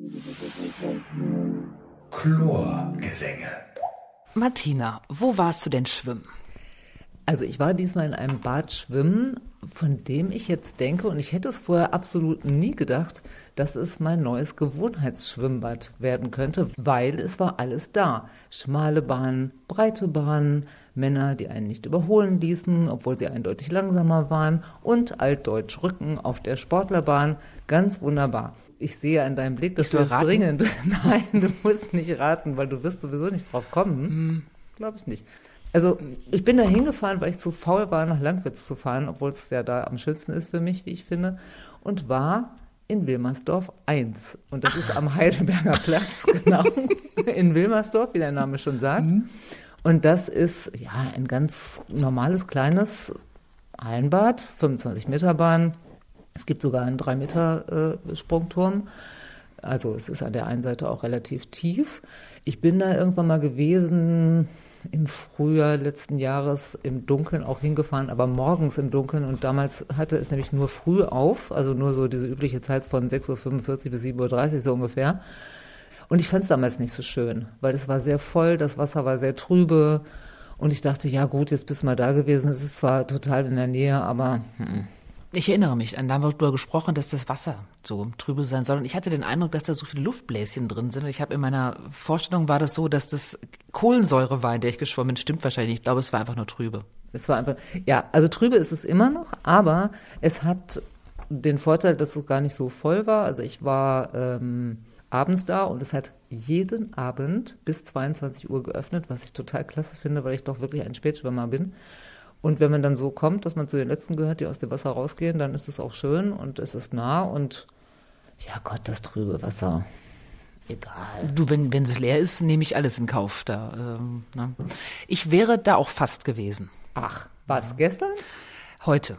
Chlorgesänge. Martina, wo warst du denn schwimmen? Also ich war diesmal in einem Bad schwimmen, von dem ich jetzt denke, und ich hätte es vorher absolut nie gedacht, dass es mein neues Gewohnheitsschwimmbad werden könnte, weil es war alles da. Schmale Bahnen, breite Bahnen, Männer, die einen nicht überholen ließen, obwohl sie eindeutig langsamer waren, und altdeutsch Rücken auf der Sportlerbahn. Ganz wunderbar. Ich sehe an deinem Blick, dass du es dringend... Nein, du musst nicht raten, weil du wirst sowieso nicht drauf kommen. Glaube ich nicht. Also ich bin da hingefahren, weil ich zu faul war, nach Langwitz zu fahren, obwohl es ja da am schönsten ist für mich, wie ich finde, und war in Wilmersdorf 1. Und das ist am Heidelberger Platz, genau, in Wilmersdorf, wie der Name schon sagt. Und das ist ja ein ganz normales, kleines Hallenbad, 25 Meter Bahn. Es gibt sogar einen 3 Meter Sprungturm. Also es ist an der einen Seite auch relativ tief. Ich bin da irgendwann mal gewesen... im Frühjahr letzten Jahres im Dunkeln auch hingefahren, aber morgens im Dunkeln, und damals hatte es nämlich nur früh auf, also nur so diese übliche Zeit von 6.45 Uhr bis 7.30 Uhr so ungefähr. Und ich fand es damals nicht so schön, weil es war sehr voll, das Wasser war sehr trübe und ich dachte, ja gut, jetzt bist du mal da gewesen, es ist zwar total in der Nähe, aber... Ich erinnere mich, da haben wir darüber gesprochen, dass das Wasser so trübe sein soll. Und ich hatte den Eindruck, dass da so viele Luftbläschen drin sind. Und ich habe in meiner Vorstellung war das so, dass das Kohlensäure war, in der ich geschwommen bin. Stimmt wahrscheinlich nicht. Ich glaube, es war einfach nur trübe. Es war einfach, ja, also trübe ist es immer noch, aber es hat den Vorteil, dass es gar nicht so voll war. Also ich war abends da und es hat jeden Abend bis 22 Uhr geöffnet, was ich total klasse finde, weil ich doch wirklich ein Spätschwimmer bin. Und wenn man dann so kommt, dass man zu den Letzten gehört, die aus dem Wasser rausgehen, dann ist es auch schön und es ist nah und ja Gott, das trübe Wasser, egal. Du, wenn es leer ist, nehme ich alles in Kauf. Da, ne? Ich wäre da auch fast gewesen. Ach, was, gestern? Heute.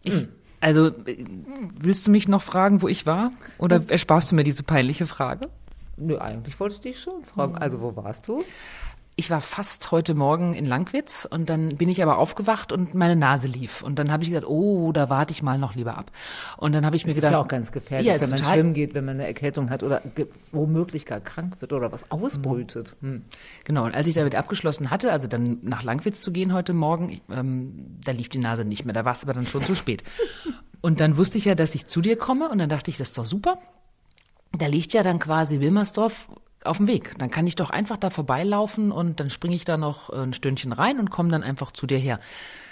Also, willst du mich noch fragen, wo ich war? Oder ersparst du mir diese peinliche Frage? Nö, eigentlich wollte ich dich schon fragen. Also, wo warst du? Ich war fast heute Morgen in Langwitz und dann bin ich aber aufgewacht und meine Nase lief. Und dann habe ich gedacht, oh, da warte ich mal noch lieber ab. Und dann habe ich mir gedacht... Das ist ja auch ganz gefährlich, ja, wenn man schwimmen geht, wenn man eine Erkältung hat oder womöglich gar krank wird oder was ausbrütet. Genau, und als ich damit abgeschlossen hatte, also dann nach Langwitz zu gehen heute Morgen, da lief die Nase nicht mehr, da war es aber dann schon zu spät. Und dann wusste ich ja, dass ich zu dir komme und dann dachte ich, das ist doch super. Da liegt ja dann quasi Wilmersdorf auf dem Weg. Dann kann ich doch einfach da vorbeilaufen und dann springe ich da noch ein Stündchen rein und komme dann einfach zu dir her.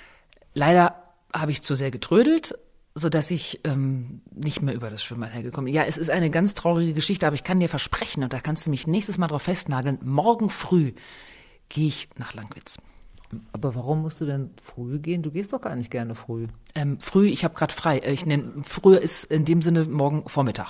Leider habe ich zu sehr getrödelt, sodass ich nicht mehr über das Schwimmbad hergekommen bin. Ja, es ist eine ganz traurige Geschichte, aber ich kann dir versprechen, und da kannst du mich nächstes Mal drauf festnageln, morgen früh gehe ich nach Langwitz. Aber warum musst du denn früh gehen? Du gehst doch gar nicht gerne früh. Früh, ich habe gerade frei. Früher ist in dem Sinne morgen Vormittag.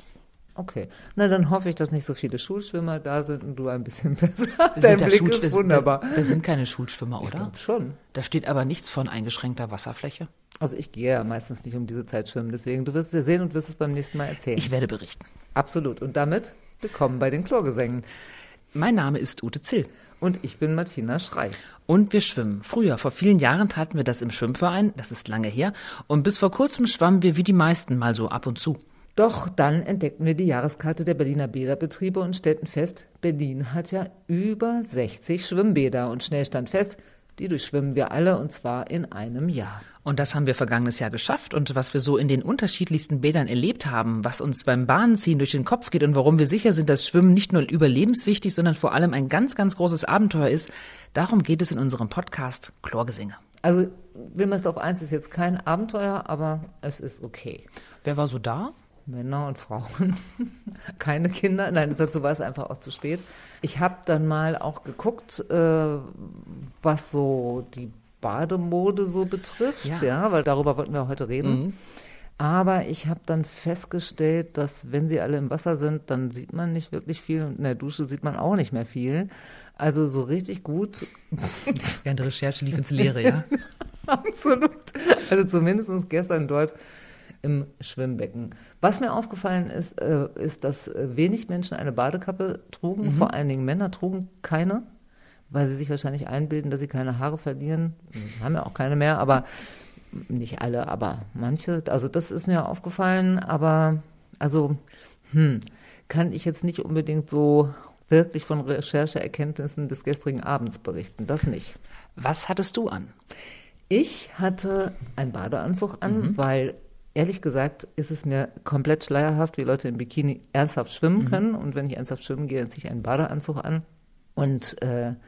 Okay, na dann hoffe ich, dass nicht so viele Schulschwimmer da sind und du ein bisschen besser. Dein Blick ist wunderbar. Das sind keine Schulschwimmer, oder? Ich glaube schon. Da steht aber nichts von eingeschränkter Wasserfläche. Also ich gehe ja meistens nicht um diese Zeit schwimmen, deswegen, du wirst es ja sehen und wirst es beim nächsten Mal erzählen. Ich werde berichten. Absolut. Und damit willkommen bei den Chlorgesängen. Mein Name ist Ute Zill. Und ich bin Martina Schrei. Und wir schwimmen. Früher, vor vielen Jahren taten wir das im Schwimmverein, das ist lange her. Und bis vor kurzem schwammen wir wie die meisten mal so ab und zu. Doch dann entdeckten wir die Jahreskarte der Berliner Bäderbetriebe und stellten fest, Berlin hat ja über 60 Schwimmbäder. Und schnell stand fest, die durchschwimmen wir alle, und zwar in einem Jahr. Und das haben wir vergangenes Jahr geschafft. Und was wir so in den unterschiedlichsten Bädern erlebt haben, was uns beim Bahnziehen durch den Kopf geht und warum wir sicher sind, dass Schwimmen nicht nur überlebenswichtig, sondern vor allem ein ganz, ganz großes Abenteuer ist, darum geht es in unserem Podcast Chlorgesänge. Also Wilmersdorf 1 ist jetzt kein Abenteuer, aber es ist okay. Wer war so da? Männer und Frauen, keine Kinder. Nein, dazu war es einfach auch zu spät. Ich habe dann mal auch geguckt, was so die Bademode so betrifft, ja, weil darüber wollten wir heute reden. Aber ich habe dann festgestellt, dass wenn sie alle im Wasser sind, dann sieht man nicht wirklich viel und in der Dusche sieht man auch nicht mehr viel. Also so richtig gut. Während Recherche lief ins Leere, ja? Absolut. Also zumindest gestern dort im Schwimmbecken. Was mir aufgefallen ist, ist, dass wenig Menschen eine Badekappe trugen. Vor allen Dingen Männer trugen keine, weil sie sich wahrscheinlich einbilden, dass sie keine Haare verlieren. Haben ja auch keine mehr, aber nicht alle, aber manche. Also das ist mir aufgefallen, aber also kann ich jetzt nicht unbedingt so wirklich von Rechercheerkenntnissen des gestrigen Abends berichten. Das nicht. Was hattest du an? Ich hatte einen Badeanzug an, weil ehrlich gesagt ist es mir komplett schleierhaft, wie Leute im Bikini ernsthaft schwimmen können. Und wenn ich ernsthaft schwimmen gehe, dann ziehe ich einen Badeanzug an. Und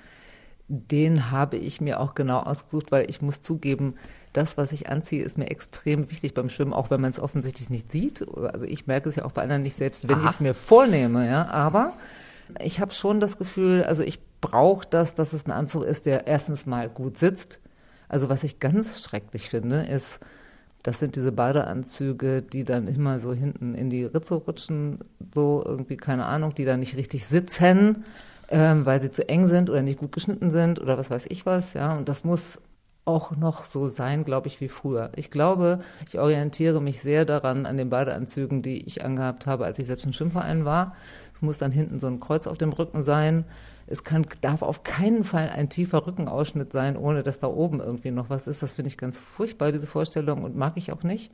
den habe ich mir auch genau ausgesucht, weil ich muss zugeben, das, was ich anziehe, ist mir extrem wichtig beim Schwimmen, auch wenn man es offensichtlich nicht sieht. Also ich merke es ja auch bei anderen nicht, selbst wenn ich es mir vornehme. Ja. Aber ich habe schon das Gefühl, also ich brauche das, dass es ein Anzug ist, der erstens mal gut sitzt. Also was ich ganz schrecklich finde, ist, das sind diese Badeanzüge, die dann immer so hinten in die Ritze rutschen, so irgendwie, keine Ahnung, die dann nicht richtig sitzen, weil sie zu eng sind oder nicht gut geschnitten sind oder was weiß ich was, ja. Und das muss auch noch so sein, glaube ich, wie früher. Ich glaube, ich orientiere mich sehr daran, an den Badeanzügen, die ich angehabt habe, als ich selbst im Schwimmverein war. Es muss dann hinten so ein Kreuz auf dem Rücken sein. Darf auf keinen Fall ein tiefer Rückenausschnitt sein, ohne dass da oben irgendwie noch was ist. Das finde ich ganz furchtbar, diese Vorstellung, und mag ich auch nicht.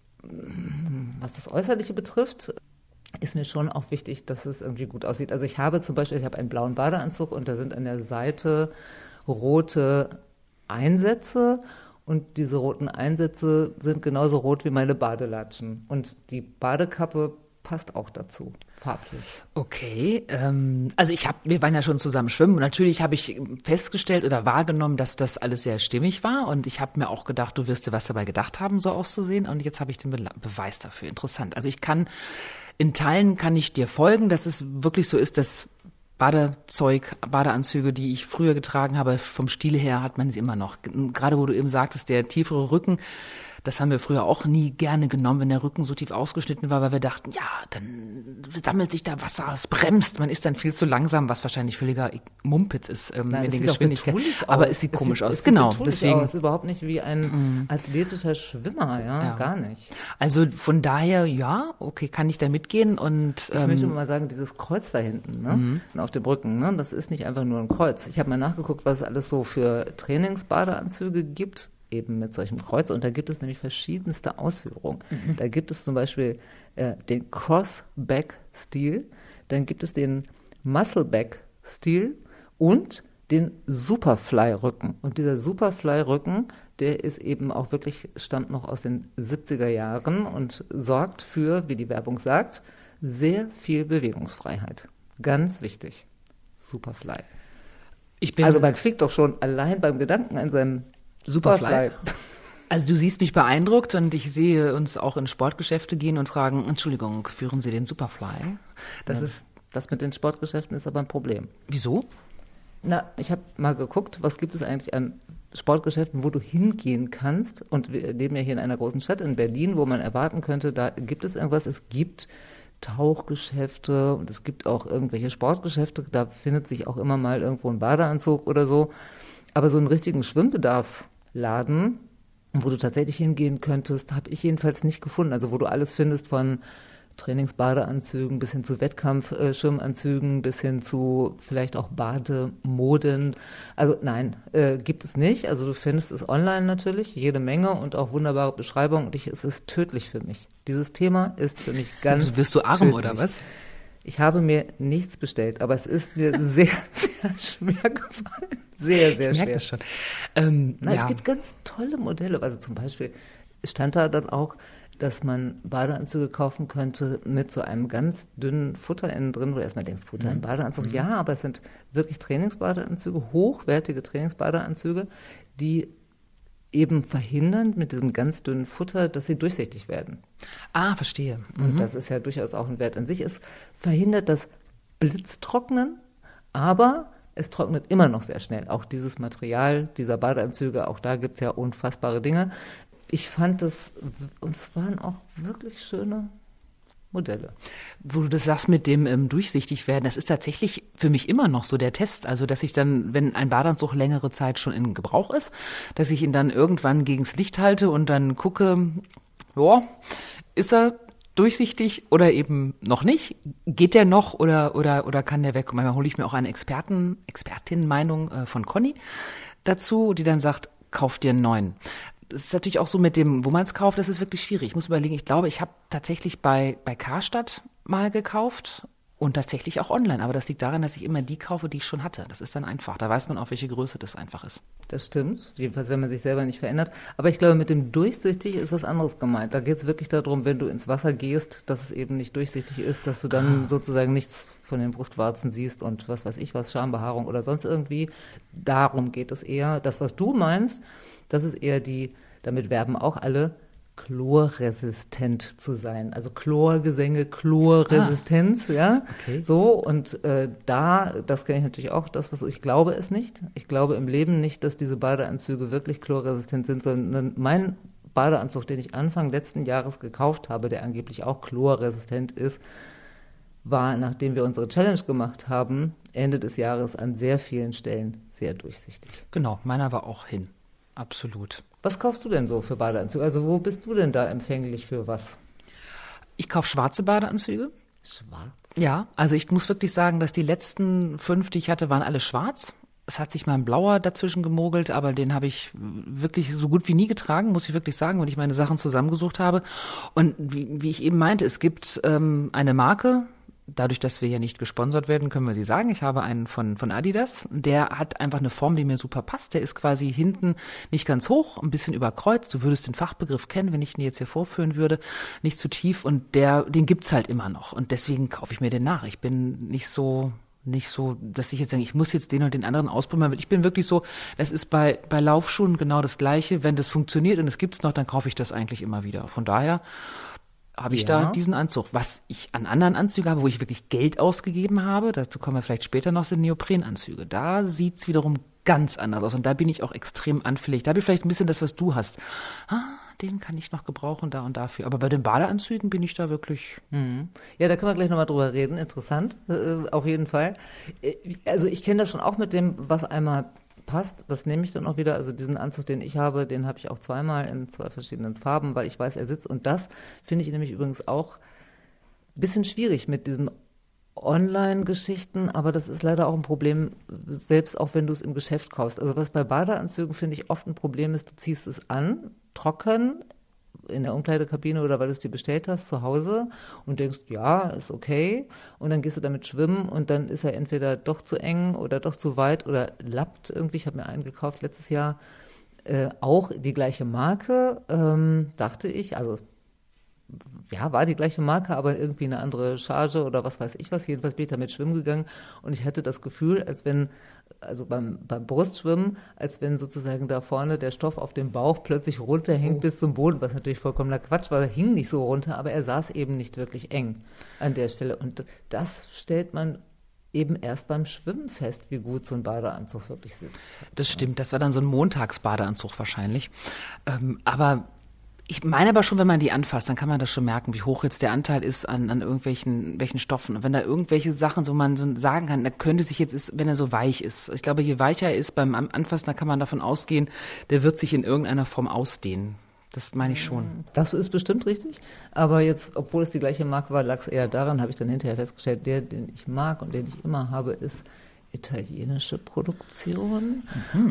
Was das Äußerliche betrifft, ist mir schon auch wichtig, dass es irgendwie gut aussieht. Also ich habe einen blauen Badeanzug und da sind an der Seite rote Einsätze. Und diese roten Einsätze sind genauso rot wie meine Badelatschen. Und die Badekappe passt auch dazu, farblich. Okay, also wir waren ja schon zusammen schwimmen und natürlich habe ich festgestellt oder wahrgenommen, dass das alles sehr stimmig war und ich habe mir auch gedacht, du wirst dir was dabei gedacht haben, so auszusehen, und jetzt habe ich den Beweis dafür. Interessant. Also in Teilen kann ich dir folgen, dass es wirklich so ist, dass Badeanzüge, die ich früher getragen habe, vom Stil her hat man sie immer noch. Gerade wo du eben sagtest, der tiefere Rücken, das haben wir früher auch nie gerne genommen, wenn der Rücken so tief ausgeschnitten war, weil wir dachten, ja, dann sammelt sich da Wasser, es bremst, man ist dann viel zu langsam, was wahrscheinlich völliger Mumpitz ist mit den Geschwindigkeiten. Aber es sieht komisch aus. Genau, deswegen. Es ist überhaupt nicht wie ein athletischer Schwimmer, ja, gar nicht. Also von daher, ja, okay, kann ich da mitgehen und ich möchte mal sagen, dieses Kreuz da hinten, ne, auf dem Rücken, ne, das ist nicht einfach nur ein Kreuz. Ich habe mal nachgeguckt, was es alles so für Trainingsbadeanzüge gibt, eben mit solchem Kreuz, und da gibt es nämlich verschiedenste Ausführungen. Da gibt es zum Beispiel den Crossback-Stil, dann gibt es den Muscleback-Stil und den Superfly-Rücken. Und dieser Superfly-Rücken, der ist eben auch wirklich, stammt noch aus den 70er Jahren und sorgt für, wie die Werbung sagt, sehr viel Bewegungsfreiheit. Ganz wichtig. Superfly. Also man fliegt doch schon allein beim Gedanken an seinem Superfly. Also du siehst mich beeindruckt und ich sehe uns auch in Sportgeschäfte gehen und fragen, Entschuldigung, führen Sie den Superfly? Das mit den Sportgeschäften ist aber ein Problem. Wieso? Na, ich habe mal geguckt, was gibt es eigentlich an Sportgeschäften, wo du hingehen kannst. Und wir leben ja hier in einer großen Stadt, in Berlin, wo man erwarten könnte, da gibt es irgendwas. Es gibt Tauchgeschäfte und es gibt auch irgendwelche Sportgeschäfte. Da findet sich auch immer mal irgendwo ein Badeanzug oder so. Aber so einen richtigen Schwimmbedafsladen, wo du tatsächlich hingehen könntest, habe ich jedenfalls nicht gefunden. Also wo du alles findest, von Trainingsbadeanzügen bis hin zu Wettkampfschwimmanzügen, bis hin zu vielleicht auch Bademoden. Also nein, gibt es nicht. Also du findest es online natürlich, jede Menge und auch wunderbare Beschreibungen. Und es ist tödlich für mich. Dieses Thema ist für mich ganz also wirst du arm tödlich. Oder was? Ich habe mir nichts bestellt, aber es ist mir sehr, sehr schwer gefallen. Sehr, sehr schwer. Ich merke das schon. Es gibt ganz tolle Modelle. Also zum Beispiel stand da dann auch, dass man Badeanzüge kaufen könnte mit so einem ganz dünnen Futter innen drin, wo du erstmal denkst, Futter im Badeanzug. Ja, aber es sind wirklich Trainingsbadeanzüge, hochwertige Trainingsbadeanzüge, die eben verhindern mit diesem ganz dünnen Futter, dass sie durchsichtig werden. Ah, verstehe. Und das ist ja durchaus auch ein Wert an sich. Es verhindert das Blitztrocknen, aber es trocknet immer noch sehr schnell. Auch dieses Material dieser Badeanzüge, auch da gibt es ja unfassbare Dinge. Ich fand es, und es waren auch wirklich schöne Modelle. Wo du das sagst mit dem durchsichtig werden, das ist tatsächlich für mich immer noch so der Test. Also, dass ich dann, wenn ein Badeanzug längere Zeit schon in Gebrauch ist, dass ich ihn dann irgendwann gegens Licht halte und dann gucke, ja, ist er durchsichtig oder eben noch nicht? Geht der noch oder kann der weg? Und manchmal hole ich mir auch eine Expertin-Meinung von Conny dazu, die dann sagt, kauf dir einen neuen. Das ist natürlich auch so mit dem, wo man es kauft, das ist wirklich schwierig. Ich muss überlegen, ich glaube, ich habe tatsächlich bei Karstadt mal gekauft und tatsächlich auch online. Aber das liegt daran, dass ich immer die kaufe, die ich schon hatte. Das ist dann einfach. Da weiß man auch, welche Größe das einfach ist. Das stimmt, jedenfalls wenn man sich selber nicht verändert. Aber ich glaube, mit dem durchsichtig ist was anderes gemeint. Da geht es wirklich darum, wenn du ins Wasser gehst, dass es eben nicht durchsichtig ist, dass du dann sozusagen nichts von den Brustwarzen siehst und was weiß ich was, Schambehaarung oder sonst irgendwie. Darum geht es eher. Das, was du meinst, das ist eher damit werben auch alle, chlorresistent zu sein. Also Chlorgesänge, Chlorresistenz, ja. Okay. So, und das kenne ich natürlich auch, ich glaube es nicht. Ich glaube im Leben nicht, dass diese Badeanzüge wirklich chlorresistent sind, sondern mein Badeanzug, den ich Anfang letzten Jahres gekauft habe, der angeblich auch chlorresistent ist, war, nachdem wir unsere Challenge gemacht haben, Ende des Jahres an sehr vielen Stellen sehr durchsichtig. Genau, meiner war auch hin. Absolut. Was kaufst du denn so für Badeanzüge? Also wo bist du denn da empfänglich für was? Ich kaufe schwarze Badeanzüge. Schwarz? Ja, also ich muss wirklich sagen, dass die letzten 5, die ich hatte, waren alle schwarz. Es hat sich mal ein blauer dazwischen gemogelt, aber den habe ich wirklich so gut wie nie getragen, muss ich wirklich sagen, wenn ich meine Sachen zusammengesucht habe. Und wie ich eben meinte, es gibt eine Marke. Dadurch, dass wir ja nicht gesponsert werden, können wir sie sagen. Ich habe einen von Adidas. Der hat einfach eine Form, die mir super passt. Der ist quasi hinten nicht ganz hoch, ein bisschen überkreuzt. Du würdest den Fachbegriff kennen, wenn ich ihn jetzt hier vorführen würde. Nicht zu tief. Und den gibt's halt immer noch. Und deswegen kaufe ich mir den nach. Ich bin nicht so, dass ich jetzt sage, ich muss jetzt den und den anderen ausprobieren. Ich bin wirklich so, das ist bei Laufschuhen genau das Gleiche. Wenn das funktioniert und es gibt's noch, dann kaufe ich das eigentlich immer wieder. Von daher habe ich da diesen Anzug. Was ich an anderen Anzügen habe, wo ich wirklich Geld ausgegeben habe, dazu kommen wir vielleicht später noch, sind Neoprenanzüge. Da sieht's wiederum ganz anders aus und da bin ich auch extrem anfällig. Da habe ich vielleicht ein bisschen das, was du hast. Den kann ich noch gebrauchen, da und dafür. Aber bei den Badeanzügen bin ich da wirklich... Ja, da können wir gleich nochmal drüber reden. Interessant, auf jeden Fall. Also ich kenne das schon auch mit dem, was einmal passt, das nehme ich dann auch wieder. Also diesen Anzug, den ich habe, den habe ich auch zweimal in 2 verschiedenen Farben, weil ich weiß, er sitzt. Und das finde ich nämlich übrigens auch ein bisschen schwierig mit diesen Online-Geschichten, aber das ist leider auch ein Problem, selbst auch wenn du es im Geschäft kaufst. Also was bei Badeanzügen, finde ich, oft ein Problem ist, du ziehst es an, trocken, in der Umkleidekabine oder weil du es dir bestellt hast zu Hause und denkst, ja, ist okay. Und dann gehst du damit schwimmen und dann ist er entweder doch zu eng oder doch zu weit oder lappt irgendwie. Ich habe mir einen gekauft letztes Jahr, auch die gleiche Marke, dachte ich. Also ja, war die gleiche Marke, aber irgendwie eine andere Charge oder was weiß ich was. Jedenfalls bin ich damit schwimmen gegangen und ich hatte das Gefühl, als wenn, also beim Brustschwimmen, als wenn sozusagen da vorne der Stoff auf dem Bauch plötzlich runterhängt bis zum Boden, was natürlich vollkommener Quatsch war. Er hing nicht so runter, aber er saß eben nicht wirklich eng an der Stelle. Und das stellt man eben erst beim Schwimmen fest, wie gut so ein Badeanzug wirklich sitzt. Das stimmt, das war dann so ein Montagsbadeanzug wahrscheinlich. Aber ich meine aber schon, wenn man die anfasst, dann kann man das schon merken, wie hoch jetzt der Anteil ist an welchen Stoffen. Und wenn da irgendwelche Sachen, so man so sagen kann, da könnte sich jetzt, wenn er so weich ist. Ich glaube, je weicher er ist beim Anfassen, da kann man davon ausgehen, der wird sich in irgendeiner Form ausdehnen. Das meine ich schon. Das ist bestimmt richtig. Aber jetzt, obwohl es die gleiche Marke war, lag es eher daran, habe ich dann hinterher festgestellt, der, den ich mag und den ich immer habe, ist italienische Produktion.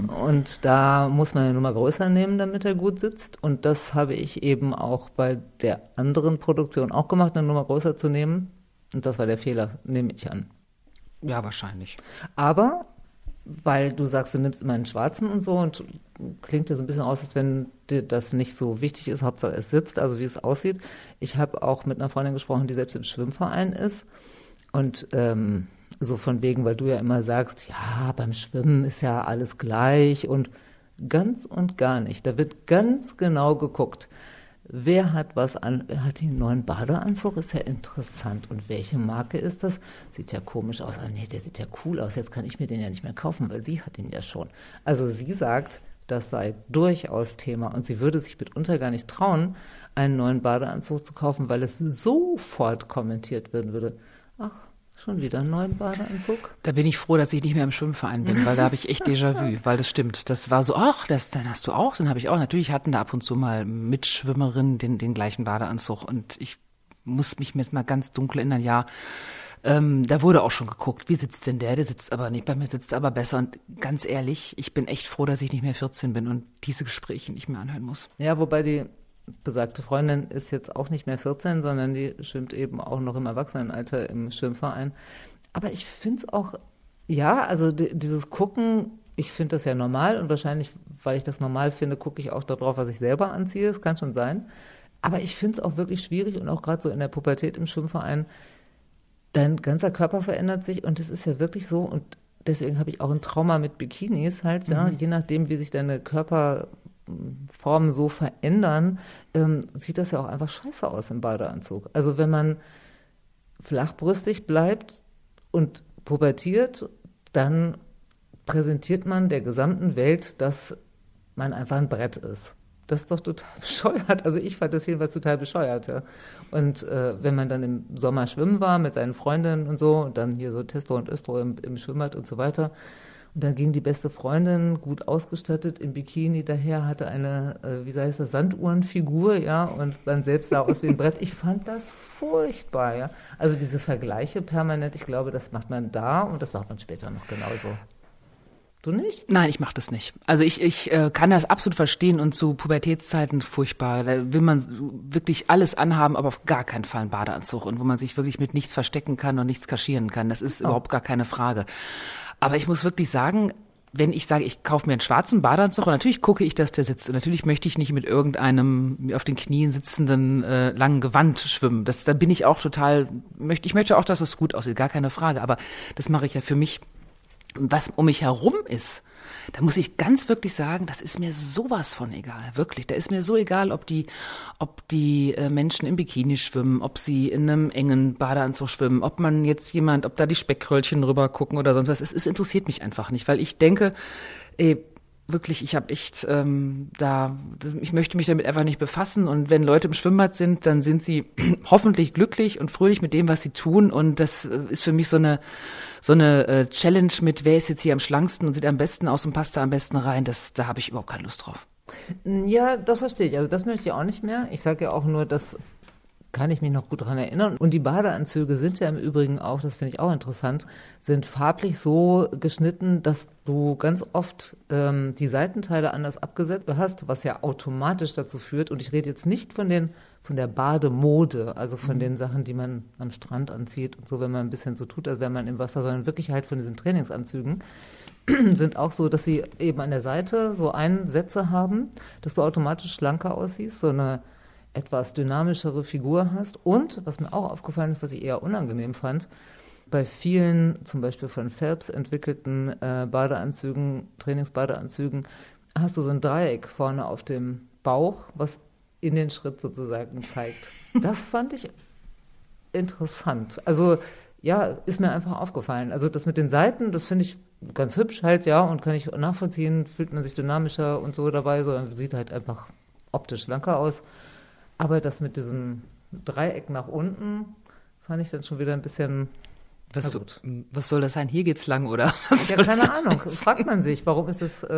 Und da muss man eine Nummer größer nehmen, damit er gut sitzt. Und das habe ich eben auch bei der anderen Produktion auch gemacht, eine Nummer größer zu nehmen. Und das war der Fehler, nehme ich an. Ja, wahrscheinlich. Aber, weil du sagst, du nimmst immer einen schwarzen und so und klingt ja so ein bisschen aus, als wenn dir das nicht so wichtig ist, Hauptsache es sitzt, also wie es aussieht. Ich habe auch mit einer Freundin gesprochen, die selbst im Schwimmverein ist. Und so von wegen, weil du ja immer sagst, ja, beim Schwimmen ist ja alles gleich und ganz und gar nicht. Da wird ganz genau geguckt, wer hat was an, wer hat den neuen Badeanzug, ist ja interessant. Und welche Marke ist das? Sieht ja komisch aus. Ah, nee, der sieht ja cool aus, jetzt kann ich mir den ja nicht mehr kaufen, weil sie hat den ja schon. Also sie sagt, das sei durchaus Thema und sie würde sich mitunter gar nicht trauen, einen neuen Badeanzug zu kaufen, weil es sofort kommentiert werden würde. Ach, schon wieder einen neuen Badeanzug? Da bin ich froh, dass ich nicht mehr im Schwimmverein bin, weil da habe ich echt Déjà-vu, weil das stimmt. Das war so, ach, dann hast du auch, dann habe ich auch. Natürlich hatten da ab und zu mal Mitschwimmerinnen den gleichen Badeanzug und ich muss mich jetzt mal ganz dunkel erinnern, ja, da wurde auch schon geguckt, wie sitzt denn der sitzt aber nicht, bei mir sitzt er aber besser. Und ganz ehrlich, ich bin echt froh, dass ich nicht mehr 14 bin und diese Gespräche nicht mehr anhören muss. Ja, wobei besagte Freundin ist jetzt auch nicht mehr 14, sondern die schwimmt eben auch noch im Erwachsenenalter im Schwimmverein. Aber ich finde es auch, ja, also dieses Gucken, ich finde das ja normal und wahrscheinlich, weil ich das normal finde, gucke ich auch darauf, was ich selber anziehe. Das kann schon sein. Aber ich finde es auch wirklich schwierig und auch gerade so in der Pubertät im Schwimmverein, dein ganzer Körper verändert sich und es ist ja wirklich so und deswegen habe ich auch ein Trauma mit Bikinis halt, ja, je nachdem, wie sich deine Körperformen so verändern, sieht das ja auch einfach scheiße aus im Badeanzug. Also wenn man flachbrüstig bleibt und pubertiert, dann präsentiert man der gesamten Welt, dass man einfach ein Brett ist. Das ist doch total bescheuert. Also ich fand das jedenfalls total bescheuert. Ja. Und wenn man dann im Sommer schwimmen war mit seinen Freundinnen und so und dann hier so Testo und Östro im Schwimmbad und so weiter und dann ging die beste Freundin gut ausgestattet im Bikini daher, hatte eine, wie heißt das, Sanduhrenfigur, ja, und man selbst sah aus wie ein Brett. Ich fand das furchtbar, ja. Also diese Vergleiche permanent, ich glaube, das macht man da und das macht man später noch genauso. Du nicht? Nein, ich mache das nicht. Also ich kann das absolut verstehen und zu Pubertätszeiten furchtbar. Da will man wirklich alles anhaben, aber auf gar keinen Fall einen Badeanzug und wo man sich wirklich mit nichts verstecken kann und nichts kaschieren kann. Das ist überhaupt gar keine Frage. Aber ich muss wirklich sagen, wenn ich sage, ich kaufe mir einen schwarzen Badeanzug und natürlich gucke ich, dass der sitzt. Und natürlich möchte ich nicht mit irgendeinem auf den Knien sitzenden langen Gewand schwimmen. Da bin ich auch total, ich möchte auch, dass es gut aussieht, gar keine Frage. Aber das mache ich ja für mich. Was um mich herum ist, da muss ich ganz wirklich sagen, das ist mir sowas von egal, wirklich. Da ist mir so egal, ob die Menschen im Bikini schwimmen, ob sie in einem engen Badeanzug schwimmen, ob da die Speckröllchen rüber gucken oder sonst was. Es interessiert mich einfach nicht, weil ich denke, wirklich, ich habe echt ich möchte mich damit einfach nicht befassen und wenn Leute im Schwimmbad sind, dann sind sie hoffentlich glücklich und fröhlich mit dem, was sie tun und das ist für mich so eine Challenge mit, wer ist jetzt hier am schlanksten und sieht am besten aus und passt da am besten rein, da habe ich überhaupt keine Lust drauf. Ja, das verstehe ich. Also das möchte ich auch nicht mehr. Ich sage ja auch nur, das kann ich mich noch gut daran erinnern. Und die Badeanzüge sind ja im Übrigen auch, das finde ich auch interessant, sind farblich so geschnitten, dass du ganz oft die Seitenteile anders abgesetzt hast, was ja automatisch dazu führt. Und ich rede jetzt nicht von der Bademode, also von den Sachen, die man am Strand anzieht und so, wenn man ein bisschen so tut, als wäre man im Wasser, sondern wirklich halt von diesen Trainingsanzügen, sind auch so, dass sie eben an der Seite so Einsätze haben, dass du automatisch schlanker aussiehst, so eine etwas dynamischere Figur hast. Und, was mir auch aufgefallen ist, was ich eher unangenehm fand, bei vielen, zum Beispiel von Phelps entwickelten Badeanzügen, Trainingsbadeanzügen, hast du so ein Dreieck vorne auf dem Bauch, was in den Schritt sozusagen zeigt. Das fand ich interessant. Also, ja, ist mir einfach aufgefallen. Also das mit den Seiten, das finde ich ganz hübsch halt, ja, und kann ich nachvollziehen, fühlt man sich dynamischer und so dabei, sondern sieht halt einfach optisch schlanker aus. Aber das mit diesem Dreieck nach unten fand ich dann schon wieder ein bisschen. Was soll das sein? Hier geht's lang, oder? Ja, keine Ahnung. Das fragt man sich. Warum ist das?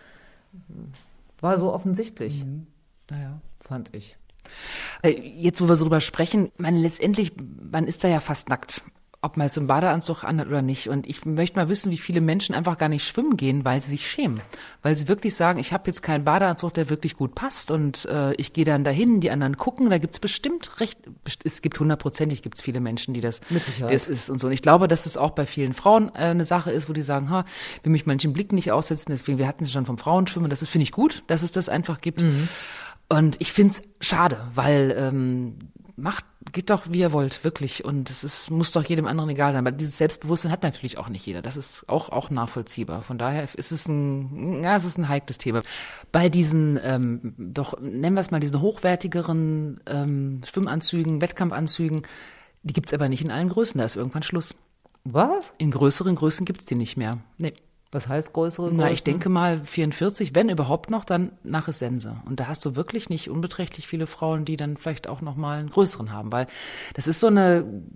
War so offensichtlich. Naja, fand ich. Jetzt, wo wir so drüber sprechen, letztendlich, man ist da ja fast nackt. Ob man es im Badeanzug anhat oder nicht. Und ich möchte mal wissen, wie viele Menschen einfach gar nicht schwimmen gehen, weil sie sich schämen. Weil sie wirklich sagen, ich habe jetzt keinen Badeanzug, der wirklich gut passt und ich gehe dann dahin, die anderen gucken. Da gibt's bestimmt es gibt 100%, gibt's viele Menschen, die das ist und so. Und ich glaube, dass es auch bei vielen Frauen eine Sache ist, wo die sagen, will mich manchen Blicken nicht aussetzen. Deswegen, wir hatten es schon vom Frauenschwimmen. Das finde ich gut, dass es das einfach gibt. Und ich finde es schade, weil geht doch, wie ihr wollt, wirklich. Und muss doch jedem anderen egal sein. Aber dieses Selbstbewusstsein hat natürlich auch nicht jeder. Das ist auch nachvollziehbar. Von daher ist es ein heikles Thema. Bei diesen, nennen wir es mal, diesen hochwertigeren Schwimmanzügen, Wettkampfanzügen, die gibt's aber nicht in allen Größen. Da ist irgendwann Schluss. Was? In größeren Größen gibt's die nicht mehr. Nee. Was heißt größere Größen? Ich denke mal 44, wenn überhaupt noch, dann nach es Sense. Und da hast du wirklich nicht unbeträchtlich viele Frauen, die dann vielleicht auch noch mal einen größeren haben, weil das ist so ein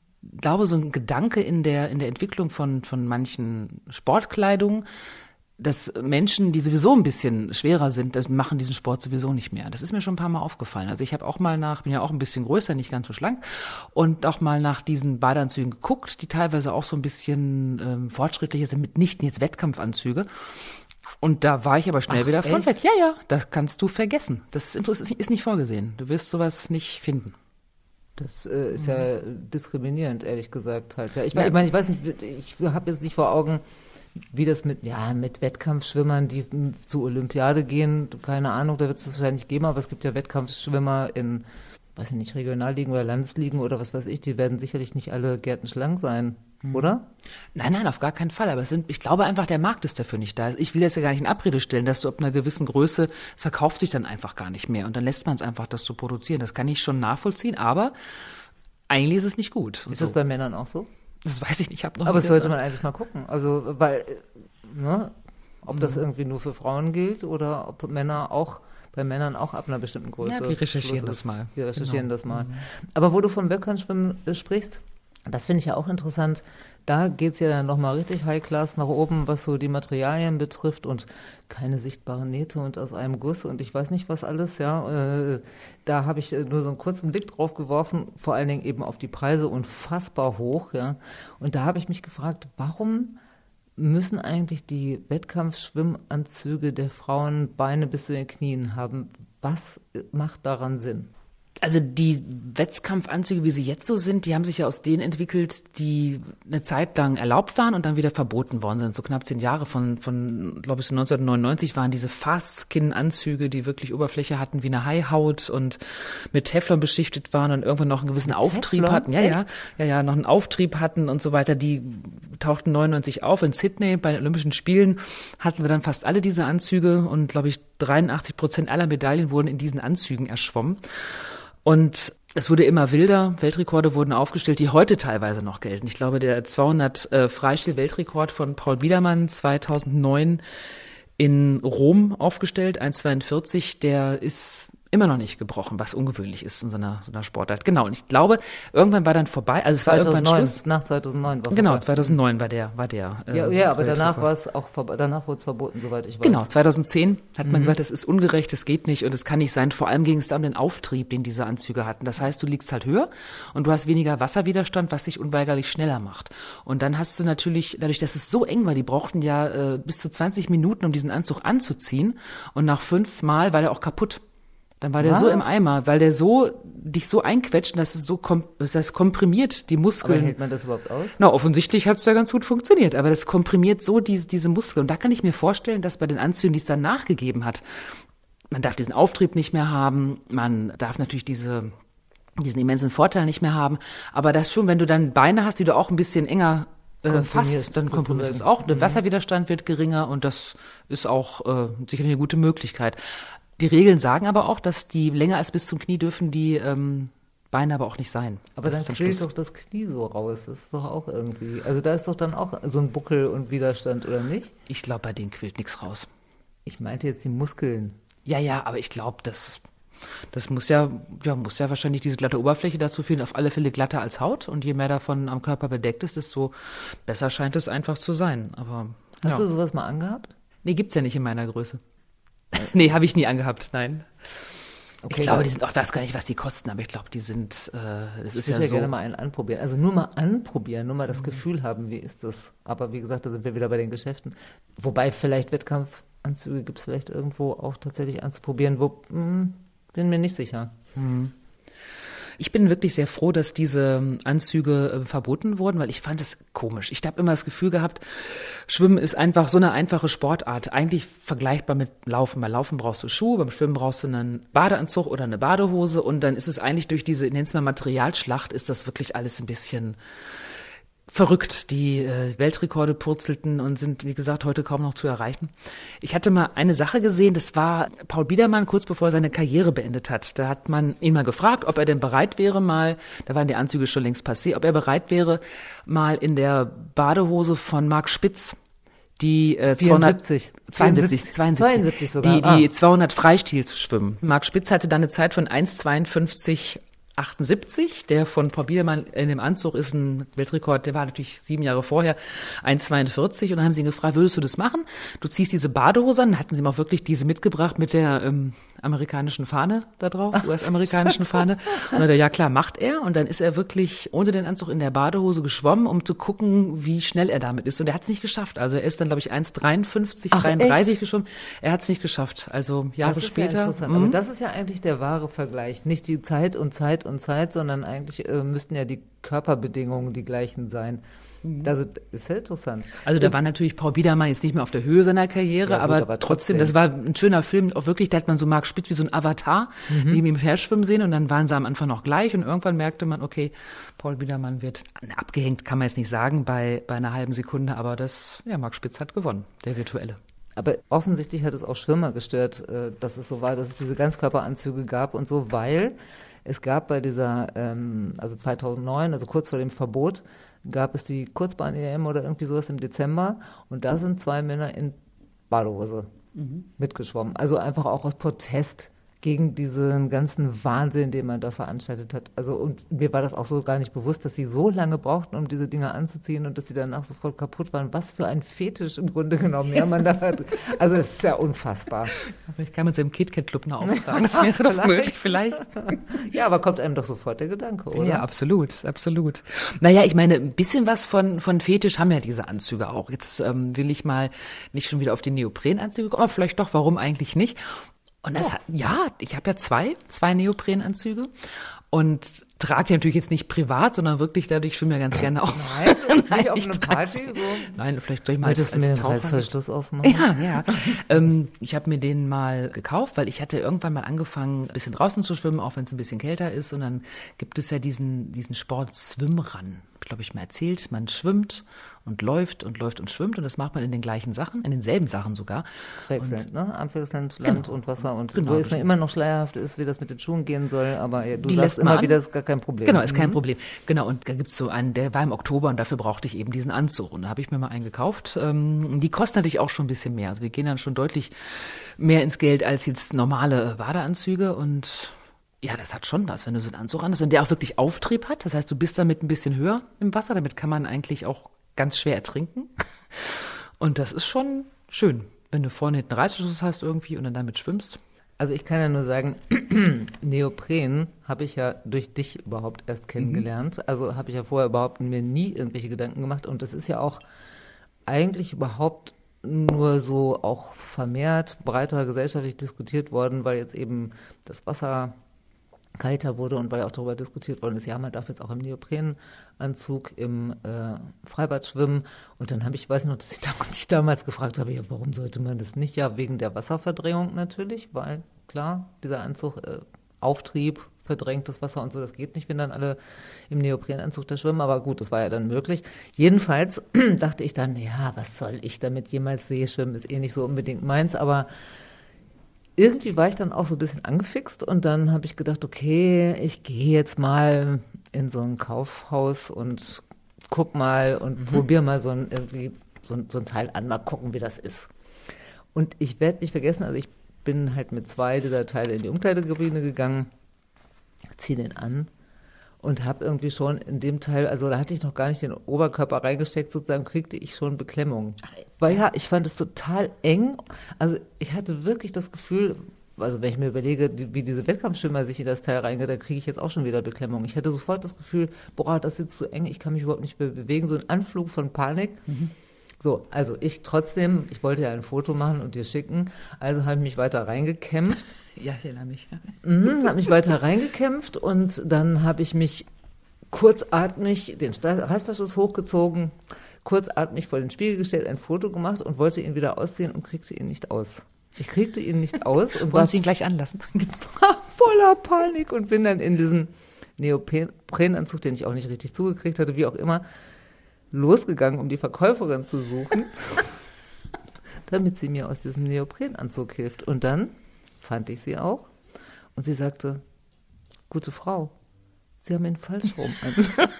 Gedanke in der Entwicklung von manchen Sportkleidungen, dass Menschen, die sowieso ein bisschen schwerer sind, das machen diesen Sport sowieso nicht mehr. Das ist mir schon ein paar Mal aufgefallen. Also ich habe auch mal bin ja auch ein bisschen größer, nicht ganz so schlank, und auch mal nach diesen Badeanzügen geguckt, die teilweise auch so ein bisschen fortschrittlicher sind, mitnichten jetzt Wettkampfanzüge. Und da war ich aber schnell wieder von echt? weg. Ja, ja, das kannst du vergessen. Das ist nicht vorgesehen. Du wirst sowas nicht finden. Das ist ja diskriminierend, ehrlich gesagt halt. Ja, ich meine, ich weiß nicht, ich habe jetzt nicht vor Augen, wie das mit Wettkampfschwimmern, die zur Olympiade gehen, keine Ahnung, da wird es wahrscheinlich geben, aber es gibt ja Wettkampfschwimmer in, weiß ich nicht, Regionalligen oder Landesligen oder was weiß ich, die werden sicherlich nicht alle gärtenschlank sein, oder? Nein, auf gar keinen Fall. Aber ich glaube einfach, der Markt ist dafür nicht da. Also ich will das ja gar nicht in Abrede stellen, dass du ab einer gewissen Größe, es verkauft sich dann einfach gar nicht mehr. Und dann lässt man es einfach, das zu produzieren. Das kann ich schon nachvollziehen, aber eigentlich ist es nicht gut. Ist das bei Männern auch so? Das weiß ich nicht. Ich habe noch Aber das sollte man eigentlich mal gucken. Also, weil, ne, ob das irgendwie nur für Frauen gilt oder ob bei Männern auch ab einer bestimmten Größe. Ja, wir recherchieren das mal. Wir recherchieren das mal. Aber wo du vom Wettkampfschwimmen sprichst, das finde ich ja auch interessant. Da geht es ja dann nochmal richtig High-Class nach oben, was so die Materialien betrifft und keine sichtbaren Nähte und aus einem Guss und ich weiß nicht was alles, ja. Da habe ich nur so einen kurzen Blick drauf geworfen, vor allen Dingen eben auf die Preise, unfassbar hoch, ja. Und da habe ich mich gefragt, warum müssen eigentlich die Wettkampfschwimmanzüge der Frauen Beine bis zu den Knien haben? Was macht daran Sinn? Also die Wettkampfanzüge, wie sie jetzt so sind, die haben sich ja aus denen entwickelt, die eine Zeit lang erlaubt waren und dann wieder verboten worden sind. So knapp 10 Jahre von glaube ich, so 1999 waren diese Fast-Skin-Anzüge, die wirklich Oberfläche hatten wie eine Haihaut und mit Teflon beschichtet waren und irgendwann noch einen gewissen Auftrieb Teflon? hatten. Ja, noch einen Auftrieb hatten und so weiter. Die tauchten 99 auf in Sydney bei den Olympischen Spielen, hatten wir dann fast alle diese Anzüge und glaube ich 83% aller Medaillen wurden in diesen Anzügen erschwommen. Und es wurde immer wilder. Weltrekorde wurden aufgestellt, die heute teilweise noch gelten. Ich glaube, der 200 Freistil-Weltrekord von Paul Biedermann 2009 in Rom aufgestellt, 1,42, der ist immer noch nicht gebrochen, was ungewöhnlich ist in so einer Sportart. Genau, und ich glaube, irgendwann war dann vorbei, also es war irgendwann Schluss. Nach 2009 war Genau, vorbei. 2009 war der Ja, aber danach war es auch danach wurde es verboten, soweit ich weiß. Genau, 2010 hat man gesagt, das ist ungerecht, das geht nicht und es kann nicht sein. Vor allem ging es da um den Auftrieb, den diese Anzüge hatten. Das heißt, du liegst halt höher und du hast weniger Wasserwiderstand, was dich unweigerlich schneller macht. Und dann hast du natürlich, dadurch, dass es so eng war, die brauchten ja bis zu 20 Minuten, um diesen Anzug anzuziehen und nach 5 Mal war der auch kaputt. Dann war der so im Eimer, weil der dich so einquetscht, dass es das komprimiert die Muskeln. Aber hält man das überhaupt aus? Na, offensichtlich hat es ja ganz gut funktioniert, aber das komprimiert so diese Muskeln. Und da kann ich mir vorstellen, dass bei den Anzügen, die es dann nachgegeben hat, man darf diesen Auftrieb nicht mehr haben, man darf natürlich diesen immensen Vorteil nicht mehr haben, aber das schon, wenn du dann Beine hast, die du auch ein bisschen enger fasst, dann komprimierst du es auch. Der Wasserwiderstand wird geringer und das ist auch sicherlich eine gute Möglichkeit. Die Regeln sagen aber auch, dass die länger als bis zum Knie dürfen die Beine aber auch nicht sein. Aber dann quillt doch das Knie so raus. Das ist doch auch irgendwie. Also da ist doch dann auch so ein Buckel und Widerstand, oder nicht? Ich glaube, bei denen quillt nichts raus. Ich meinte jetzt die Muskeln. Ja, aber ich glaube, das muss ja wahrscheinlich diese glatte Oberfläche dazu führen, auf alle Fälle glatter als Haut. Und je mehr davon am Körper bedeckt ist, desto besser scheint es einfach zu sein. Aber Hast du sowas mal angehabt? Nee, gibt's ja nicht in meiner Größe. Nee, habe ich nie angehabt, nein. Okay, ich glaube, die sind auch, ich weiß gar nicht, was die kosten, aber ich glaube, die sind, das ist ja so. Ich würde gerne mal einen anprobieren. Also nur mal anprobieren, nur mal das Gefühl haben, wie ist das. Aber wie gesagt, da sind wir wieder bei den Geschäften. Wobei vielleicht Wettkampfanzüge gibt es vielleicht irgendwo auch tatsächlich anzuprobieren, bin mir nicht sicher. Ich bin wirklich sehr froh, dass diese Anzüge verboten wurden, weil ich fand es komisch. Ich habe immer das Gefühl gehabt, Schwimmen ist einfach so eine einfache Sportart. Eigentlich vergleichbar mit Laufen. Bei Laufen brauchst du Schuhe, beim Schwimmen brauchst du einen Badeanzug oder eine Badehose und dann ist es eigentlich durch diese, ich nenne es mal Materialschlacht, ist das wirklich alles ein bisschen verrückt. Die Weltrekorde purzelten und sind, wie gesagt, heute kaum noch zu erreichen. Ich hatte mal eine Sache gesehen, das war Paul Biedermann, kurz bevor er seine Karriere beendet hat. Da hat man ihn mal gefragt, ob er denn bereit wäre, da waren die Anzüge schon längst passé, ob er bereit wäre, mal in der Badehose von Marc Spitz, die 72 sogar. Die 200 Freistil zu schwimmen. Marc Spitz hatte dann eine Zeit von 1,52 1,78. Der von Paul Biedermann in dem Anzug ist ein Weltrekord, der war natürlich 7 Jahre vorher 1,42. Und dann haben sie ihn gefragt, würdest du das machen? Du ziehst diese Badehose an. Dann hatten sie ihm auch wirklich diese mitgebracht mit der amerikanischen Fahne da drauf, US-amerikanischen Fahne. Und dann, ja klar, macht er. Und dann ist er wirklich ohne den Anzug in der Badehose geschwommen, um zu gucken, wie schnell er damit ist. Und er hat es nicht geschafft. Also er ist dann, glaube ich, 1,53, 33 geschwommen. Er hat es nicht geschafft. Also Jahre später. Ja interessant. Aber das ist ja eigentlich der wahre Vergleich. Nicht die Zeit, sondern eigentlich müssten ja die Körperbedingungen die gleichen sein. Also ist ja interessant. Also da war natürlich Paul Biedermann jetzt nicht mehr auf der Höhe seiner Karriere, ja, gut, aber trotzdem, das war ein schöner Film, auch wirklich, da hat man so Marc Spitz wie so ein Avatar neben ihm herschwimmen sehen und dann waren sie am Anfang noch gleich und irgendwann merkte man, okay, Paul Biedermann wird abgehängt, kann man jetzt nicht sagen, bei einer halben Sekunde, aber Marc Spitz hat gewonnen, der Virtuelle. Aber offensichtlich hat es auch Schwimmer gestört, dass es so war, dass es diese Ganzkörperanzüge gab und so, weil es gab bei dieser, also 2009, also kurz vor dem Verbot, gab es die Kurzbahn-EM oder irgendwie sowas im Dezember und da sind 2 Männer in Badehose mitgeschwommen. Also einfach auch aus Protest gegen diesen ganzen Wahnsinn, den man da veranstaltet hat. Also und mir war das auch so gar nicht bewusst, dass sie so lange brauchten, um diese Dinger anzuziehen und dass sie danach sofort kaputt waren. Was für ein Fetisch im Grunde genommen, ja, man da hat. Also es ist ja unfassbar. Vielleicht kann man es im KitKat-Club noch auftragen. Das wäre doch möglich, vielleicht. Ja, aber kommt einem doch sofort der Gedanke, oder? Ja, absolut, absolut. Naja, ich meine, ein bisschen was von Fetisch haben ja diese Anzüge auch. Jetzt will ich mal nicht schon wieder auf die Neoprenanzüge kommen, aber vielleicht doch, warum eigentlich nicht? Und das ich habe ja zwei Neoprenanzüge und trage die natürlich jetzt nicht privat, sondern wirklich dadurch schwimme ja ganz gerne auch. Nein, nicht auf eine Party? So. Nein, vielleicht soll ich mal als Taucher. Mir den Reißverschluss aufmachen? Ja. Ich habe mir den mal gekauft, weil ich hatte irgendwann mal angefangen, ein bisschen draußen zu schwimmen, auch wenn es ein bisschen kälter ist. Und dann gibt es ja diesen Sport Swimrun. Glaube ich mal erzählt, man schwimmt und läuft und schwimmt und das macht man in den gleichen Sachen, in denselben Sachen sogar. Wechselnd, ne? Abwechselnd Land und Wasser und wo es mir immer noch schleierhaft ist, wie das mit den Schuhen gehen soll, aber du sagst immer wieder, das ist gar kein Problem. Genau, ist kein Problem. Genau, und da gibt's so einen, der war im Oktober und dafür brauchte ich eben diesen Anzug und da habe ich mir mal einen gekauft. Die kosten natürlich auch schon ein bisschen mehr, also die gehen dann schon deutlich mehr ins Geld als jetzt normale Badeanzüge und ja, das hat schon was, wenn du so einen Anzug an hast und der auch wirklich Auftrieb hat. Das heißt, du bist damit ein bisschen höher im Wasser. Damit kann man eigentlich auch ganz schwer ertrinken. Und das ist schon schön, wenn du vorne hinten Reißverschluss hast irgendwie und dann damit schwimmst. Also ich kann ja nur sagen, Neopren habe ich ja durch dich überhaupt erst kennengelernt. Also habe ich ja vorher überhaupt mir nie irgendwelche Gedanken gemacht. Und das ist ja auch eigentlich überhaupt nur so auch vermehrt breiter gesellschaftlich diskutiert worden, weil jetzt eben das Wasser kalter wurde und weil auch darüber diskutiert worden ist, ja, man darf jetzt auch im Neoprenanzug im Freibad schwimmen. Und dann weiß ich noch, dass ich damals gefragt habe, ja, warum sollte man das nicht? Ja, wegen der Wasserverdrehung natürlich, weil klar, dieser Anzug Auftrieb verdrängt das Wasser und so, das geht nicht, wenn dann alle im Neoprenanzug da schwimmen, aber gut, das war ja dann möglich. Jedenfalls dachte ich dann, ja, was soll ich damit jemals See schwimmen, ist nicht so unbedingt meins, aber irgendwie war ich dann auch so ein bisschen angefixt und dann habe ich gedacht, okay, ich gehe jetzt mal in so ein Kaufhaus und guck mal und probiere mal so ein Teil an, mal gucken, wie das ist. Und ich werde nicht vergessen, also ich bin halt mit 2 dieser Teile in die Umkleidekabine gegangen, ziehe den an und habe irgendwie schon in dem Teil, also da hatte ich noch gar nicht den Oberkörper reingesteckt, sozusagen kriegte ich schon Beklemmung. Weil ja, ich fand es total eng. Also ich hatte wirklich das Gefühl, also wenn ich mir überlege, wie diese Wettkampfschwimmer sich in das Teil reingehen, da kriege ich jetzt auch schon wieder Beklemmung. Ich hatte sofort das Gefühl, boah, das sitzt so eng, ich kann mich überhaupt nicht mehr bewegen, so ein Anflug von Panik. So, also ich wollte ja ein Foto machen und dir schicken, also habe ich mich weiter reingekämpft. Ja, ich erinnere mich. Habe mich weiter reingekämpft und dann habe ich mich kurzatmig den Reißverschluss hochgezogen, kurzatmig vor den Spiegel gestellt, ein Foto gemacht und wollte ihn wieder ausziehen und kriegte ihn nicht aus. Ich kriegte ihn nicht aus und wollte ihn gleich anlassen. War voller Panik und bin dann in diesen Neoprenanzug, den ich auch nicht richtig zugekriegt hatte, wie auch immer, losgegangen, um die Verkäuferin zu suchen, damit sie mir aus diesem Neoprenanzug hilft. Und dann fand ich sie auch und sie sagte, gute Frau, Sie haben ihn falsch rum an.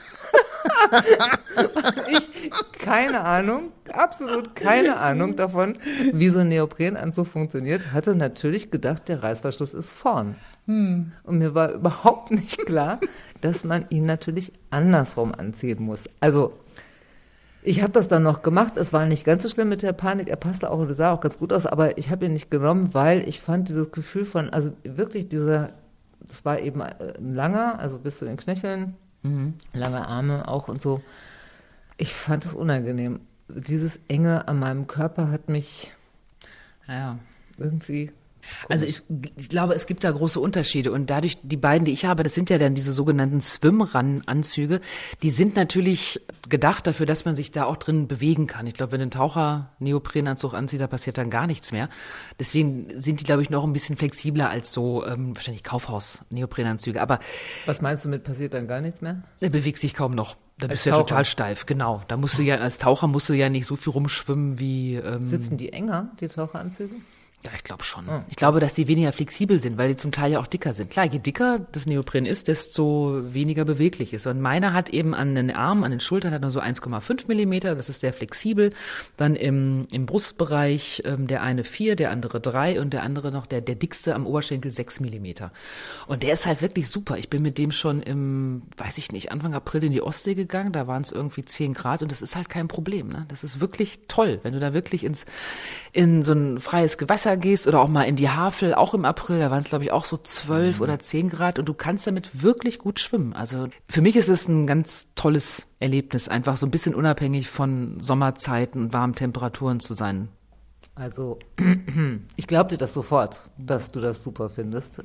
Ich keine Ahnung, absolut keine Ahnung davon, wie so ein Neoprenanzug funktioniert, hatte natürlich gedacht, der Reißverschluss ist vorn. Und mir war überhaupt nicht klar, dass man ihn natürlich andersrum anziehen muss. Also ich habe das dann noch gemacht. Es war nicht ganz so schlimm mit der Panik. Er passte auch und sah auch ganz gut aus, aber ich habe ihn nicht genommen, weil ich fand dieses Gefühl von, also wirklich das war eben ein langer, also bis zu den Knöcheln, lange Arme auch und so. Ich fand es unangenehm. Dieses Enge an meinem Körper hat mich irgendwie... Also ich glaube, es gibt da große Unterschiede und dadurch, die beiden, die ich habe, das sind ja dann diese sogenannten Swimrun-Anzüge, die sind natürlich gedacht dafür, dass man sich da auch drin bewegen kann. Ich glaube, wenn ein Taucher Neoprenanzug anzieht, da passiert dann gar nichts mehr. Deswegen sind die, glaube ich, noch ein bisschen flexibler als so wahrscheinlich Kaufhaus-Neoprenanzüge. Aber was meinst du mit passiert dann gar nichts mehr? Der bewegt sich kaum noch. Da bist du ja Taucher. total steif, genau. Da musst du ja, als Taucher musst du ja nicht so viel rumschwimmen wie... Sitzen die enger, die Taucheranzüge? Ja, ich glaube schon. Oh. Ich glaube, dass die weniger flexibel sind, weil die zum Teil ja auch dicker sind. Klar, je dicker das Neopren ist, desto weniger beweglich ist. Und meiner hat eben an den Armen, an den Schultern hat nur so 1,5 Millimeter. Das ist sehr flexibel. Dann im Brustbereich der eine 4, der andere 3 und der andere noch, der dickste am Oberschenkel 6 Millimeter. Und der ist halt wirklich super. Ich bin mit dem schon Anfang April in die Ostsee gegangen. Da waren es irgendwie 10 Grad und das ist halt kein Problem. Ne? Das ist wirklich toll, wenn du da wirklich in so ein freies Gewässer gehst oder auch mal in die Havel, auch im April, da waren es glaube ich auch so 12 oder 10 Grad und du kannst damit wirklich gut schwimmen. Also für mich ist es ein ganz tolles Erlebnis, einfach so ein bisschen unabhängig von Sommerzeiten und warmen Temperaturen zu sein. Also ich glaube dir das sofort, dass du das super findest.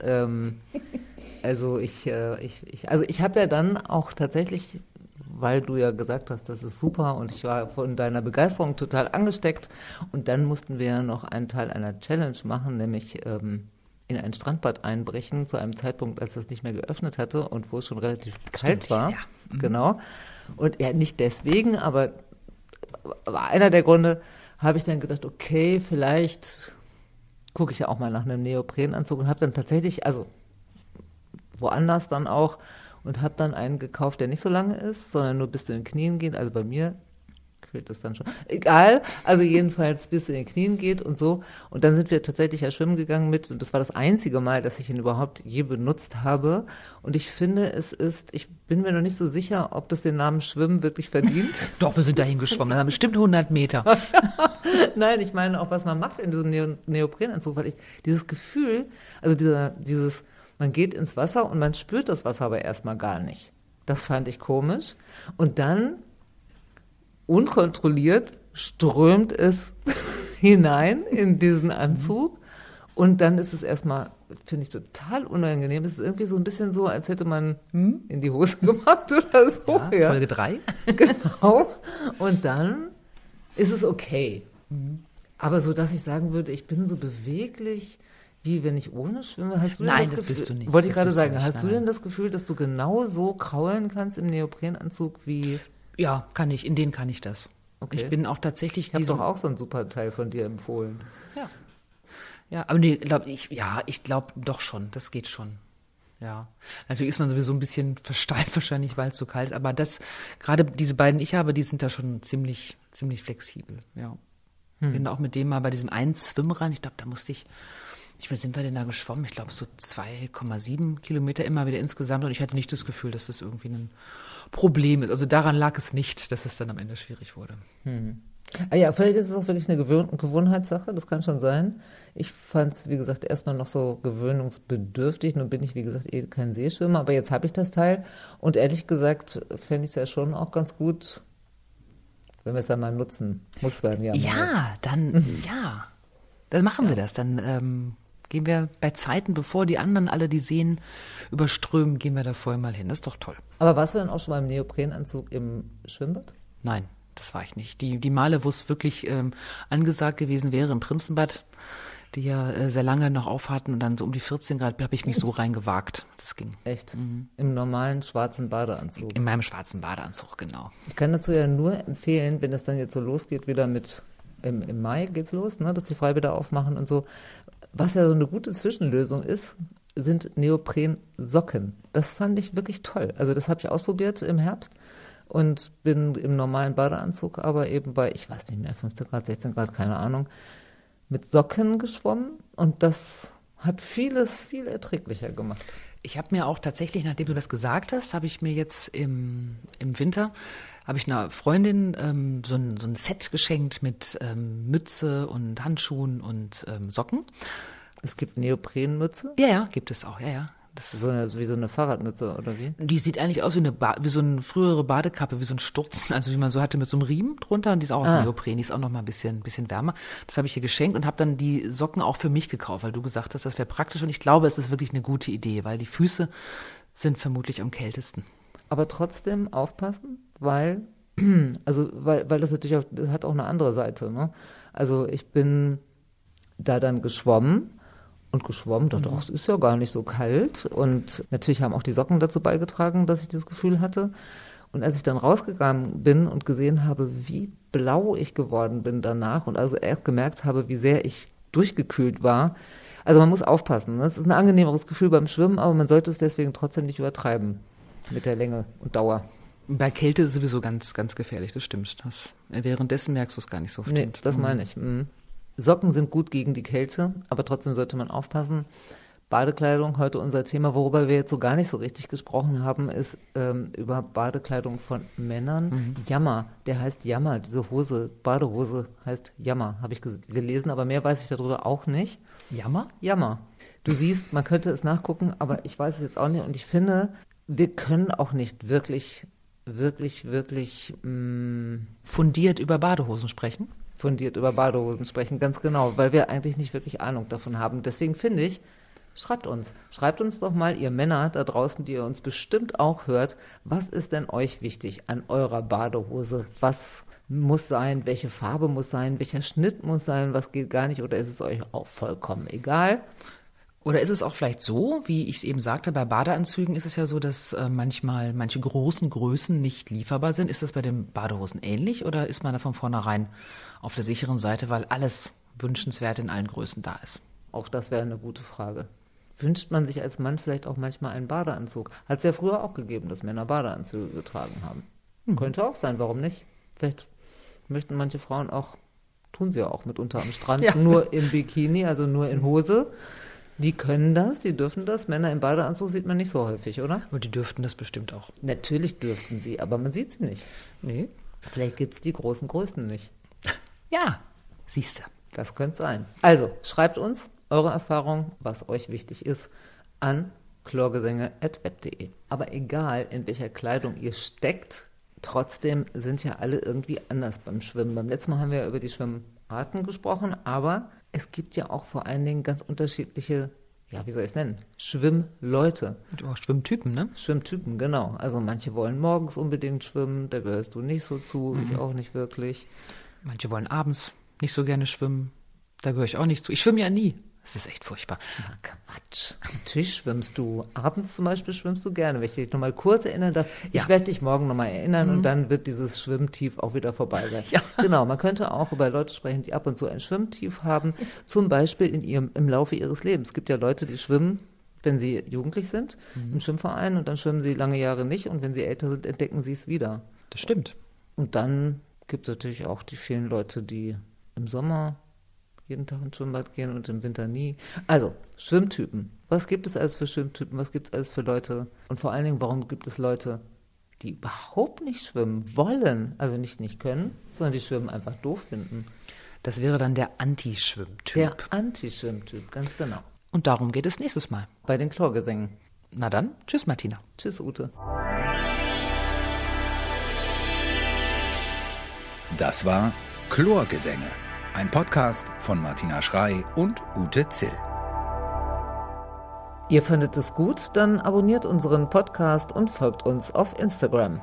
Also ich habe ja dann auch tatsächlich, weil du ja gesagt hast, das ist super und ich war von deiner Begeisterung total angesteckt und dann mussten wir ja noch einen Teil einer Challenge machen, nämlich in ein Strandbad einbrechen zu einem Zeitpunkt, als es nicht mehr geöffnet hatte und wo es schon relativ kalt war. Ja. Genau. Und ja, nicht deswegen, aber war einer der Gründe, habe ich dann gedacht, okay, vielleicht gucke ich ja auch mal nach einem Neoprenanzug und habe dann tatsächlich, also woanders dann auch, und habe dann einen gekauft, der nicht so lange ist, sondern nur bis zu den Knien geht. Also bei mir quillt das dann schon. Egal, also jedenfalls bis zu den Knien geht und so. Und dann sind wir tatsächlich ja schwimmen gegangen mit. Und das war das einzige Mal, dass ich ihn überhaupt je benutzt habe. Und ich finde, ich bin mir noch nicht so sicher, ob das den Namen Schwimmen wirklich verdient. Doch, wir sind dahin geschwommen, das haben bestimmt 100 Meter. Nein, ich meine auch, was man macht in diesem Neoprenanzug, weil ich dieses Gefühl, also man geht ins Wasser und man spürt das Wasser aber erstmal gar nicht. Das fand ich komisch. Und dann, unkontrolliert, strömt es hinein in diesen Anzug. Und dann ist es erstmal, finde ich, total unangenehm. Es ist irgendwie so ein bisschen so, als hätte man in die Hose gemacht oder so. Ja, Folge 3. Genau. Und dann ist es okay. Aber so, dass ich sagen würde, ich bin so beweglich, wie wenn ich ohne schwimme. Hast du Nein, das Gefühl, bist du nicht. Wollte ich Das gerade bist du sagen, nicht. hast du Nein. denn das Gefühl, dass du genau so kraulen kannst im Neoprenanzug wie... Ja, kann ich. In denen kann ich das. Okay. Ich bin auch tatsächlich Ich habe doch auch so ein super Teil von dir empfohlen. Ja. Ja, aber nee, ich glaube doch schon. Das geht schon. Ja. Natürlich ist man sowieso ein bisschen versteift wahrscheinlich, weil es so kalt ist. Aber gerade diese beiden, die ich habe, die sind da schon ziemlich flexibel. Ja. Bin auch mit dem mal bei diesem einen Swimrun. Ich glaube, da musste ich, wie viel sind wir denn da geschwommen? Ich glaube, so 2,7 Kilometer immer wieder insgesamt. Und ich hatte nicht das Gefühl, dass das irgendwie ein Problem ist. Also daran lag es nicht, dass es dann am Ende schwierig wurde. Ah ja, vielleicht ist es auch wirklich eine Gewohnheitssache, das kann schon sein. Ich fand es, wie gesagt, erstmal noch so gewöhnungsbedürftig. Nun bin ich, wie gesagt, kein Seeschwimmer, aber jetzt habe ich das Teil. Und ehrlich gesagt fände ich es ja schon auch ganz gut, wenn wir es dann mal nutzen. Muss werden, ja. Ja, dann, ja. Dann machen wir das. Dann gehen wir bei Zeiten, bevor die anderen alle die Seen überströmen, gehen wir da vorher mal hin. Das ist doch toll. Aber warst du dann auch schon mal im Neoprenanzug im Schwimmbad? Nein, das war ich nicht. Die Male, wo es wirklich angesagt gewesen wäre, im Prinzenbad, die ja sehr lange noch aufhatten und dann so um die 14 Grad, habe ich mich so reingewagt. Das ging. Echt? Im normalen schwarzen Badeanzug? In meinem schwarzen Badeanzug, genau. Ich kann dazu ja nur empfehlen, wenn es dann jetzt so losgeht, wieder im Mai geht's los, ne, dass die Freibäder aufmachen und so. Was ja so eine gute Zwischenlösung ist, sind Neoprensocken. Das fand ich wirklich toll. Also das habe ich ausprobiert im Herbst und bin im normalen Badeanzug, aber eben bei, ich weiß nicht mehr, 15 Grad, 16 Grad, keine Ahnung, mit Socken geschwommen und das hat vieles viel erträglicher gemacht. Ich habe mir auch tatsächlich, nachdem du das gesagt hast, habe ich mir jetzt im Winter, habe ich einer Freundin so ein Set geschenkt mit Mütze und Handschuhen und Socken. Es gibt Neoprenmütze? Ja, gibt es auch, ja. Das wie so eine Fahrradmütze, oder wie? Die sieht eigentlich aus wie so eine frühere Badekappe, wie so ein Sturz, also wie man so hatte mit so einem Riemen drunter, und die ist auch aus Neopren, die ist auch noch mal ein bisschen wärmer. Das habe ich ihr geschenkt und habe dann die Socken auch für mich gekauft, weil du gesagt hast, das wäre praktisch, und ich glaube, es ist wirklich eine gute Idee, weil die Füße sind vermutlich am kältesten. Aber trotzdem aufpassen, weil das natürlich auch, das hat auch eine andere Seite, ne? Also ich bin da dann geschwommen, dachte, ach, es ist ja gar nicht so kalt. Und natürlich haben auch die Socken dazu beigetragen, dass ich dieses Gefühl hatte. Und als ich dann rausgegangen bin und gesehen habe, wie blau ich geworden bin danach und also erst gemerkt habe, wie sehr ich durchgekühlt war. Also man muss aufpassen. Es ist ein angenehmeres Gefühl beim Schwimmen, aber man sollte es deswegen trotzdem nicht übertreiben mit der Länge und Dauer. Bei Kälte ist es sowieso ganz, ganz gefährlich, das stimmt. Währenddessen merkst du es gar nicht so. Nee, das meine ich. Socken sind gut gegen die Kälte, aber trotzdem sollte man aufpassen. Badekleidung, heute unser Thema, worüber wir jetzt so gar nicht so richtig gesprochen haben, ist über Badekleidung von Männern. Jammer, der heißt Jammer, diese Hose, Badehose heißt Jammer, habe ich gelesen, aber mehr weiß ich darüber auch nicht. Jammer? Jammer. Du siehst, man könnte es nachgucken, aber ich weiß es jetzt auch nicht, und ich finde, wir können auch nicht wirklich fundiert über Badehosen sprechen. Ganz genau, weil wir eigentlich nicht wirklich Ahnung davon haben. Deswegen finde ich, schreibt uns doch mal, ihr Männer da draußen, die ihr uns bestimmt auch hört, was ist denn euch wichtig an eurer Badehose? Was muss sein, welche Farbe muss sein, welcher Schnitt muss sein, was geht gar nicht, oder ist es euch auch vollkommen egal? Oder ist es auch vielleicht so, wie ich es eben sagte, bei Badeanzügen ist es ja so, dass manchmal manche großen Größen nicht lieferbar sind. Ist das bei den Badehosen ähnlich, oder ist man da von vornherein auf der sicheren Seite, weil alles wünschenswert in allen Größen da ist? Auch das wäre eine gute Frage. Wünscht man sich als Mann vielleicht auch manchmal einen Badeanzug? Hat es ja früher auch gegeben, dass Männer Badeanzüge getragen haben. Könnte auch sein, warum nicht? Vielleicht möchten manche Frauen auch, tun sie ja auch mitunter am Strand, nur im Bikini, also nur in Hose. Die können das, die dürfen das. Männer im Badeanzug sieht man nicht so häufig, oder? Aber die dürften das bestimmt auch. Natürlich dürften sie, aber man sieht sie nicht. Nee. Vielleicht gibt es die großen Größen nicht. Ja, siehst du. Das könnte sein. Also, schreibt uns eure Erfahrung, was euch wichtig ist, an chlorgesänge@web.de. Aber egal, in welcher Kleidung ihr steckt, trotzdem sind ja alle irgendwie anders beim Schwimmen. Beim letzten Mal haben wir ja über die Schwimmarten gesprochen, aber es gibt ja auch vor allen Dingen ganz unterschiedliche, ja, wie soll ich es nennen? Schwimmleute. Oh, Schwimmtypen, ne? Schwimmtypen, genau. Also manche wollen morgens unbedingt schwimmen, da gehörst du nicht so zu, ich auch nicht wirklich. Manche wollen abends nicht so gerne schwimmen, da gehöre ich auch nicht zu. Ich schwimme ja nie. Das ist echt furchtbar. Na, Quatsch. Natürlich schwimmst du. Abends zum Beispiel schwimmst du gerne. Wenn ich dich nochmal kurz erinnern darf, ich werde dich morgen nochmal erinnern und dann wird dieses Schwimmtief auch wieder vorbei sein. Ja. Genau, man könnte auch über Leute sprechen, die ab und zu ein Schwimmtief haben, zum Beispiel im Laufe ihres Lebens. Es gibt ja Leute, die schwimmen, wenn sie jugendlich sind, im Schwimmverein, und dann schwimmen sie lange Jahre nicht, und wenn sie älter sind, entdecken sie es wieder. Das stimmt. Und dann gibt es natürlich auch die vielen Leute, die im Sommer jeden Tag ins Schwimmbad gehen und im Winter nie. Also, Schwimmtypen. Was gibt es alles für Schwimmtypen? Was gibt es alles für Leute? Und vor allen Dingen, warum gibt es Leute, die überhaupt nicht schwimmen wollen? Also nicht können, sondern die Schwimmen einfach doof finden. Das wäre dann der Anti-Schwimmtyp. Der Anti-Schwimmtyp, ganz genau. Und darum geht es nächstes Mal. Bei den Chlorgesängen. Na dann, tschüss Martina. Tschüss Ute. Das war Chlorgesänge. Ein Podcast von Martina Schrey und Ute Zill. Ihr fandet es gut? Dann abonniert unseren Podcast und folgt uns auf Instagram.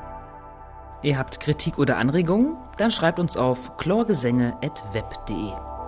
Ihr habt Kritik oder Anregungen? Dann schreibt uns auf chlorgesänge@web.de.